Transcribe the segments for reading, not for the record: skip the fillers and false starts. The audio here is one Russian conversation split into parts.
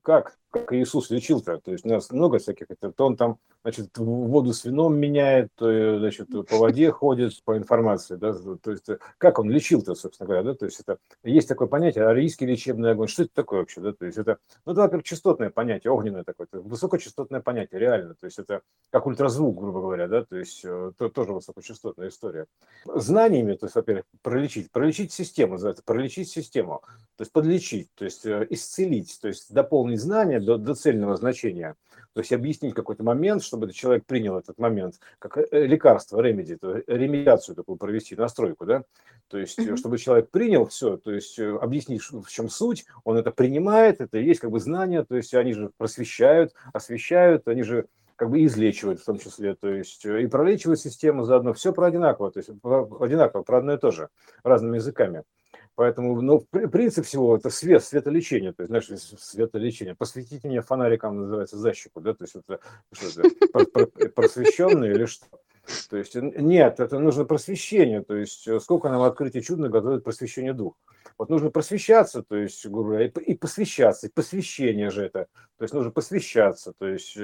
как Иисус лечил-то? То есть у нас много всяких, то он там, значит, воду с вином меняет, то, значит, по воде ходит, по информации, да, то есть как он лечил-то, собственно говоря, да, то есть это есть такое понятие арийский лечебный огонь, что это такое вообще, да, то есть это, ну, это, во-первых, частотное понятие, огненное такое, высокочастотное понятие, реально, то есть это как ультразвук, грубо говоря, да, то есть тоже высокочастотная история. Знаниями, то есть, во-первых, пролечить систему, называется, пролечить систему, то есть подлечить, то есть исцелить, то есть дополнить знания до цельного значения, то есть объяснить какой-то момент, чтобы этот человек принял этот момент, как лекарство, ремеди, ремедиацию такую провести, настройку, да, то есть Мгм. чтобы человек принял все, то есть объяснить, в чем суть, он это принимает, это и есть как бы знания, то есть они же просвещают, освещают, они же как бы излечивают в том числе, то есть и пролечивают систему заодно, все про одинаково, то есть одинаково, про одно и то же, разными языками. Поэтому, ну, принцип всего это светолечение, то есть, знаешь, светолечение. Посветите мне фонариком, называется, за щеку, да, то есть это что это, просвещенный или что? То есть нет, это нужно просвещение, то есть сколько нам открытий чудно готовит просвещение дух. Вот нужно просвещаться, то есть, грубо говоря, и посвящаться, и посвящение же это, то есть нужно посвящаться, то есть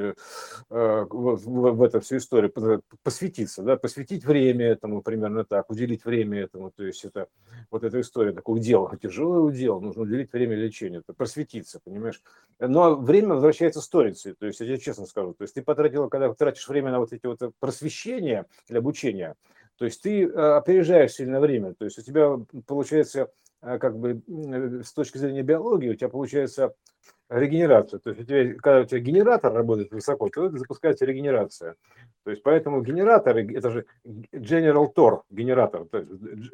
в эту всю историю посвятиться, да, посвятить время этому, примерно так, уделить время этому, то есть это вот эта история, такое удел, тяжелое удел, нужно уделить время лечению, это просветиться, понимаешь? Но время возвращается сторицей, то есть я тебе честно скажу, то есть ты потратил, когда тратишь время на вот эти вот просвещения для обучения, то есть ты опережаешь сильно время, то есть у тебя получается как бы с точки зрения биологии у тебя получается регенерация. То есть когда у тебя генератор работает высоко, то это запускается регенерация. То есть поэтому генератор, это же General Tor, генератор, то есть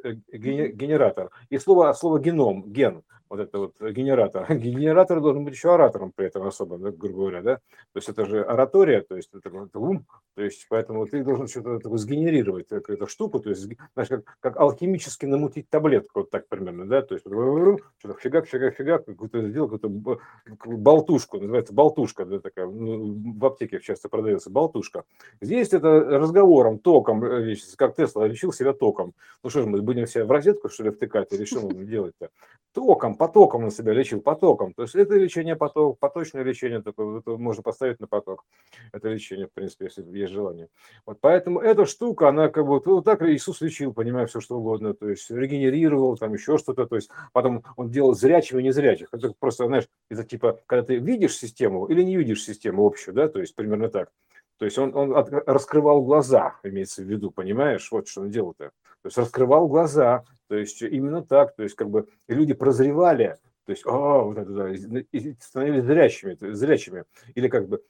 генератор. И слово геном, ген, вот это вот генератор. Генератор должен быть еще оратором при этом особо, да, грубо говоря, да. То есть это же оратория, то есть это ум, то есть поэтому ты должен что-то такое сгенерировать, какую-то штуку, то есть, знаешь, как алхимически намутить таблетку, вот так примерно, да, то есть что-то фигак, фигак, фигак, какую-то сделал, какую-то болтушку, называется болтушка, да, такая, ну, в аптеке часто продается болтушка. Здесь это разговором, током лечится, как Тесла лечил себя током. Ну что же, мы будем себя в розетку, что ли, втыкать, или что мы делать-то? Током, потоком он себя лечил, потоком. То есть это лечение поток, поточное лечение такое, это можно поставить на поток. Это лечение, в принципе, если есть желание. Вот поэтому эта штука, она как бы, вот так Иисус лечил, понимаешь, все что угодно, то есть регенерировал, там еще что-то, то есть потом он делал зрячего и незрячих. Это просто, знаешь, это типа, когда ты видишь систему или не видишь систему общую, да, то есть примерно так. То есть он раскрывал глаза, имеется в виду, понимаешь, вот что он делал-то. То есть раскрывал глаза, то есть именно так, то есть как бы и люди прозревали, то есть, вот это, да, и становились зрячими, или как бы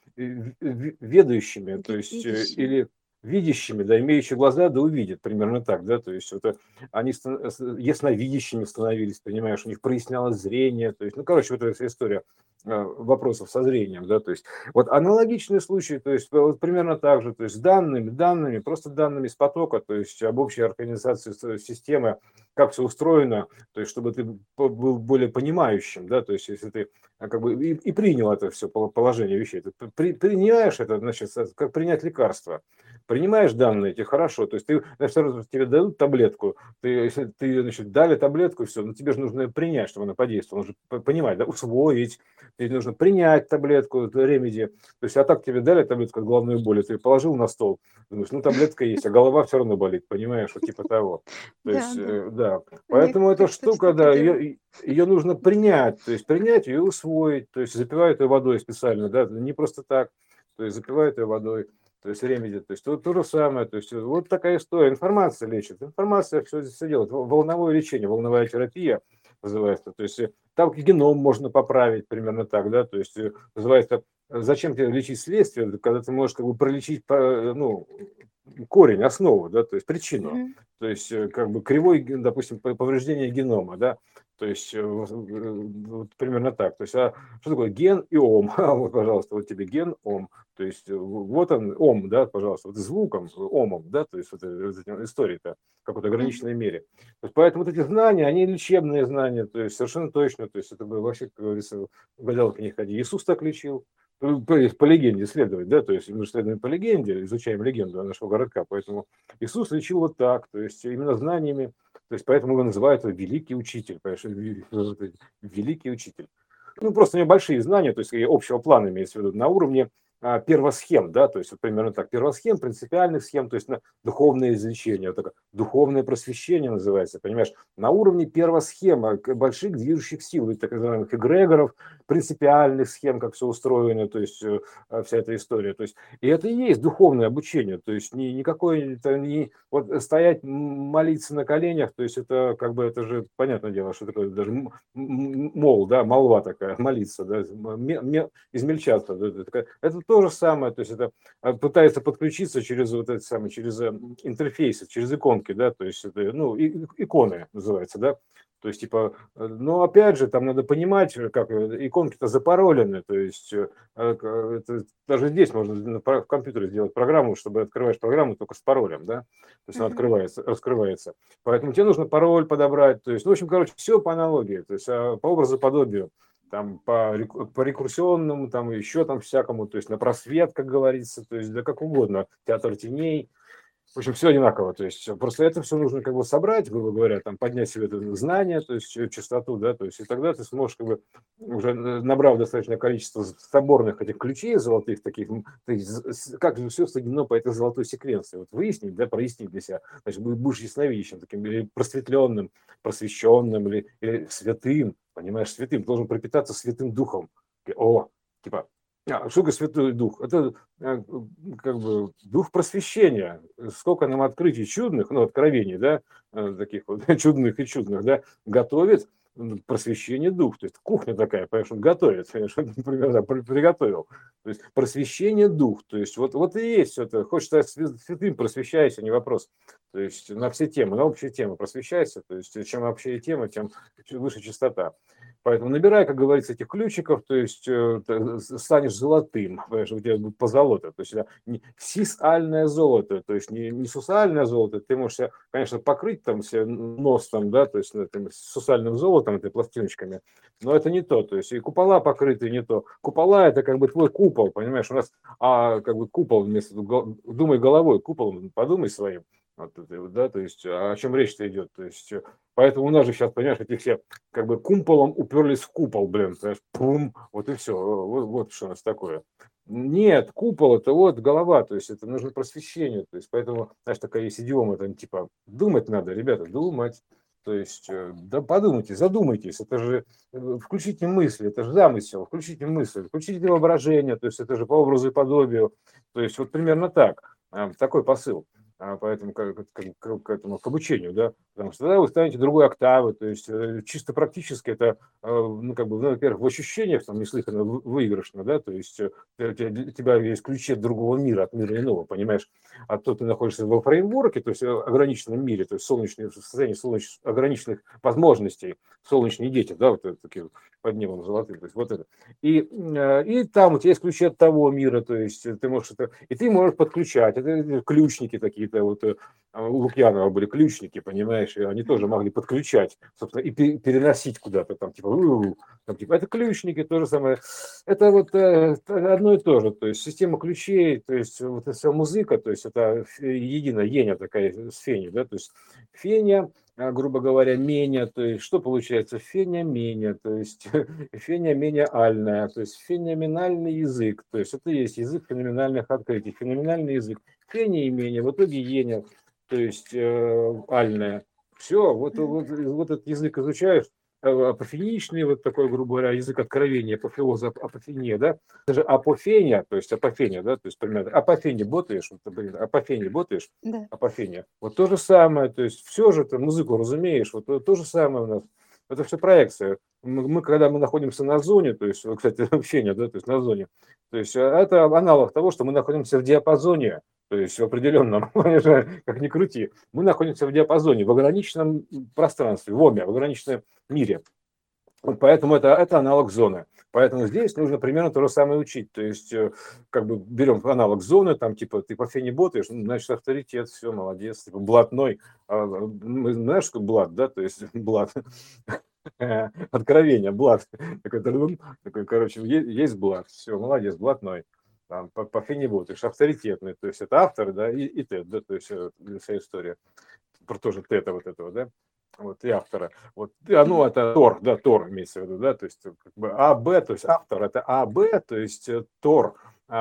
ведающими, то есть, Видящими. или видящими, да, имеющие глаза, да увидят, примерно так, да, то есть это они ясновидящими становились, понимаешь, у них прояснялось зрение, то есть, ну, короче, вот эта вся история вопросов со зрением, да, то есть вот аналогичные случаи, то есть вот примерно так же, то есть данными, просто данными с потока, то есть об общей организации системы, как все устроено, то есть чтобы ты был более понимающим, да, то есть если ты как бы и принял это все положение вещей, ты принимаешь это, значит, как принять лекарство, принимаешь данные эти, хорошо, то есть ты, значит, тебе дадут таблетку, ты, если ты, значит, дали таблетку, все, но тебе же нужно ее принять, чтобы она подействовала, нужно понимать, да, усвоить, тебе нужно принять таблетку, ремеди, то есть, а так тебе дали таблетку от головной боли, ты ее положил на стол, думаешь, ну, таблетка есть, а голова все равно болит, понимаешь, вот типа того. То Да, есть, да. да, Мне поэтому эта кажется, что штука, это да, дело. ее нужно принять, то есть принять ее и усвоить, то есть запивают ее водой специально, да, не просто так, то есть запивают ее водой, то есть ремеди, то есть то же самое, то есть вот такая история, информация лечит, информация все делает, волновое лечение, волновая терапия называется, то есть там геном можно поправить, примерно так, да, то есть называется, зачем тебе лечить следствие, когда ты можешь как бы пролечить, ну, корень, основу, да, то есть причину, Мгм. то есть как бы кривой, допустим, повреждение генома, да, то есть вот примерно так. То есть, что такое ген и ом? Вот, пожалуйста, вот тебе ген, ом. То есть вот он, ом, да, пожалуйста, вот звуком, омом, да, то есть вот эта история-то в какой-то Мгм. ограниченной мере. То есть, поэтому вот эти знания, они лечебные знания, то есть совершенно точно, то есть это бы вообще, как говорится, в гадалки не ходи. Иисус так лечил, по легенде следовать, да, то есть мы же следуем по легенде, изучаем легенду нашего городка, поэтому Иисус лечил вот так, то есть именно знаниями, то есть поэтому его называют великий учитель, понимаешь, великий учитель. ну, просто у него большие знания, то есть общего плана имеется в виду, на уровне первосхем, да, то есть вот примерно так, первосхем, принципиальных схем, то есть на духовное излечение, вот такое духовное просвещение называется, понимаешь, на уровне первосхема больших движущих сил, так называемых эгрегоров, принципиальных схем, как все устроено, то есть вся эта история, то есть и это и есть духовное обучение, то есть никакое, это не вот стоять, молиться на коленях, то есть это как бы, это же понятное дело, что такое даже мол, да, молва такая, молиться, да, измельчаться. Это то же самое, то есть это пытается подключиться через вот эти самые, через интерфейсы, через иконки, да, то есть это, ну, иконы называется, да, то есть, типа, но опять же, там надо понимать, как иконки-то запаролены, то есть даже здесь можно в компьютере сделать программу, чтобы открываешь программу только с паролем, да, то есть она Мгм. открывается, раскрывается. Поэтому тебе нужно пароль подобрать, то есть, ну, в общем, короче, все по аналогии, то есть по образу подобию, там по рекурсионному, там еще там всякому, то есть на просвет, как говорится, то есть да как угодно, театр теней, в общем, все одинаково, то есть просто это все нужно как бы собрать, грубо говоря, там поднять себе это знание, то есть частоту, да, то есть и тогда ты сможешь как бы уже набрав достаточное количество соборных этих ключей золотых таких, как же все соединено по этой золотой секвенции, вот выяснить, да, прояснить для себя, значит, будешь ясновидящим таким или просветленным, просвещенным или святым, понимаешь, святым, должен пропитаться святым духом. О, типа, что такое Святой Дух? Это как бы дух просвещения. Сколько нам открытий чудных, ну, откровений, да, таких вот чудных и чудных, да, готовит просвещение дух. То есть кухня такая, понимаешь, он готовит, понимаешь, он, например, да, приготовил. То есть просвещение дух. То есть вот и есть все это. Хочешь стать святым, просвещайся, не вопрос. То есть на все темы, на общие темы просвещайся. То есть чем общая тема, тем выше частота. Поэтому набирай, как говорится, этих ключиков, то есть станешь золотым, понимаешь, у тебя будет позолота, то есть это не сисальное золото, то есть не сусальное золото, ты можешь себя, конечно, покрыть там себе нос там, да, то есть этим сусальным золотом, этой пластиночками, но это не то, то есть и купола покрыты не то. Купола это как бы твой купол, понимаешь, у нас, как бы купол вместо, думай головой, купол, подумай своим. Вот, да, то есть о чем речь-то идет, то есть поэтому у нас же сейчас, понимаешь, эти все как бы кумполом уперлись в купол, блин, знаешь, пум, вот и все, вот что у нас такое. Нет, купол это вот голова, то есть это нужно просвещение, то есть поэтому, знаешь, такая есть идиома, там типа думать надо, ребята, думать, то есть да подумайте, задумайтесь, это же включите мысли, это же замысел, включите мысль, включите воображение, то есть это же по образу и подобию, то есть вот примерно так, такой посыл. Поэтому к этому к обучению, да, потому что тогда вы станете другой октавы, то есть чисто практически это, ну, как бы, ну, во-первых, в ощущениях там неслыханно выигрышно, да, то есть для тебя есть ключи от другого мира, от мира иного, понимаешь, а то ты находишься во фреймворке, то есть в ограниченном мире, то есть в состоянии ограниченных возможностей, солнечные дети, да, вот такие вот под небом золотые, то есть вот это. И там у тебя есть ключи от того мира, то есть ты можешь это, и ты можешь подключать, это ключники такие-то, вот у Лукьянова были ключники, понимаешь, и они тоже могли подключать, собственно, и переносить куда-то там, типа, там, типа, это ключники, то же самое, это вот одно и то же, то есть система ключей, то есть вот эта вся музыка, то есть это единая еня такая с фени, да, то есть феня, грубо говоря, меня, то есть что получается? Феня, меня, то есть феня, меня, альная, то есть феноменальный язык, то есть это и есть язык феноменальных открытий, феноменальный язык, феня и меня, в итоге еня, то есть альная. Все, вот этот язык изучаешь, апофеничный, вот такой, грубо говоря, язык откровения, апофеоза, апофения, да, даже апофения, то есть апофения, да, то есть примерно апофения ботаешь, вот, блин, апофения ботаешь, Да. апофения. Вот то же самое, то есть все же ты музыку разумеешь, вот то же самое у нас. Это все проекция. Когда мы находимся на зоне, то есть, кстати, общение, да, то есть на зоне, то есть это аналог того, что мы находимся в диапазоне, то есть в определенном, как ни крути, мы находимся в диапазоне, в ограниченном пространстве, в оме, в ограниченном мире. Вот поэтому это аналог зоны. Поэтому здесь нужно примерно то же самое учить. То есть, как бы берем аналог зоны, там, типа, ты по фене ботаешь, ну, значит, авторитет, все, молодец, типа, блатной. Знаешь, что блат, да, то есть, блат, откровение, блат. Такой, короче, есть блат, все, молодец, блатной. Там, по фене ботаешь, авторитетный, то есть, это автор, да, и ты, да, то есть, вся история. Про тоже тета вот этого, да. вот, и автора. Вот, и оно это Тор, да, Тор имеется в виду, да, то есть как бы АБ, то есть автор это АБ, то есть Тор.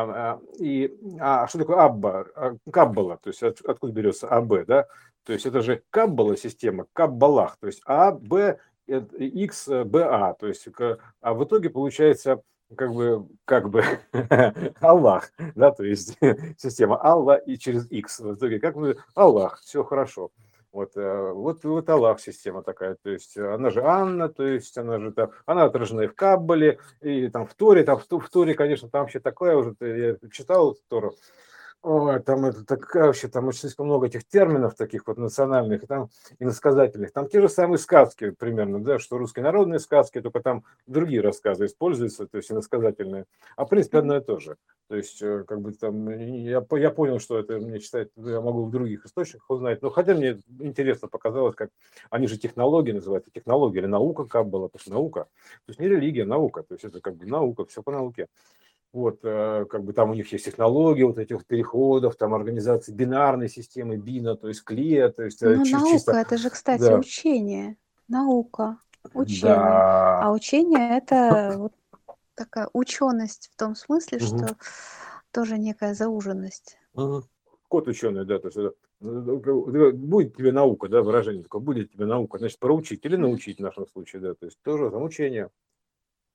Что такое Абба? Каббала, то есть откуда берется АБ, да? То есть это же Каббала система, Каббалах, то есть АБ, X, БА, то есть, а в итоге получается как бы Аллах, да, то есть система Алла и через X. В итоге как бы Аллах, все хорошо. Вот Аллах система такая, то есть она же Анна, то есть она же там, она отражена и в Каббале, и там в Торе, в Торе, конечно, там вообще такое уже, я читал Тору, ой, там это такая вообще, там очень слишком много этих терминов таких вот национальных, и там иносказательных. Там те же самые сказки примерно, да, что русские народные сказки, только там другие рассказы используются, то есть иносказательные. А в принципе одно и то же. То есть как бы там я понял, что это мне читать я могу в других источниках узнать. Но хотя мне интересно показалось, как они же технологии называются, технология или наука как была, потому что наука. То есть не религия, наука. То есть это как бы наука, все по науке. Вот, как бы там у них есть технологии вот этих переходов, там организации бинарной системы, бина, то есть клея, то есть Ну, чисто, наука, это же, кстати, да, учение. Наука, учение. да. А учение это вот такая ученость в том смысле, Мгм. что тоже некая зауженность. Мгм. Кот ученый, да, то есть будет тебе наука, да, выражение такое, будет тебе наука, значит, проучить или научить в нашем случае, да, то есть тоже там учение.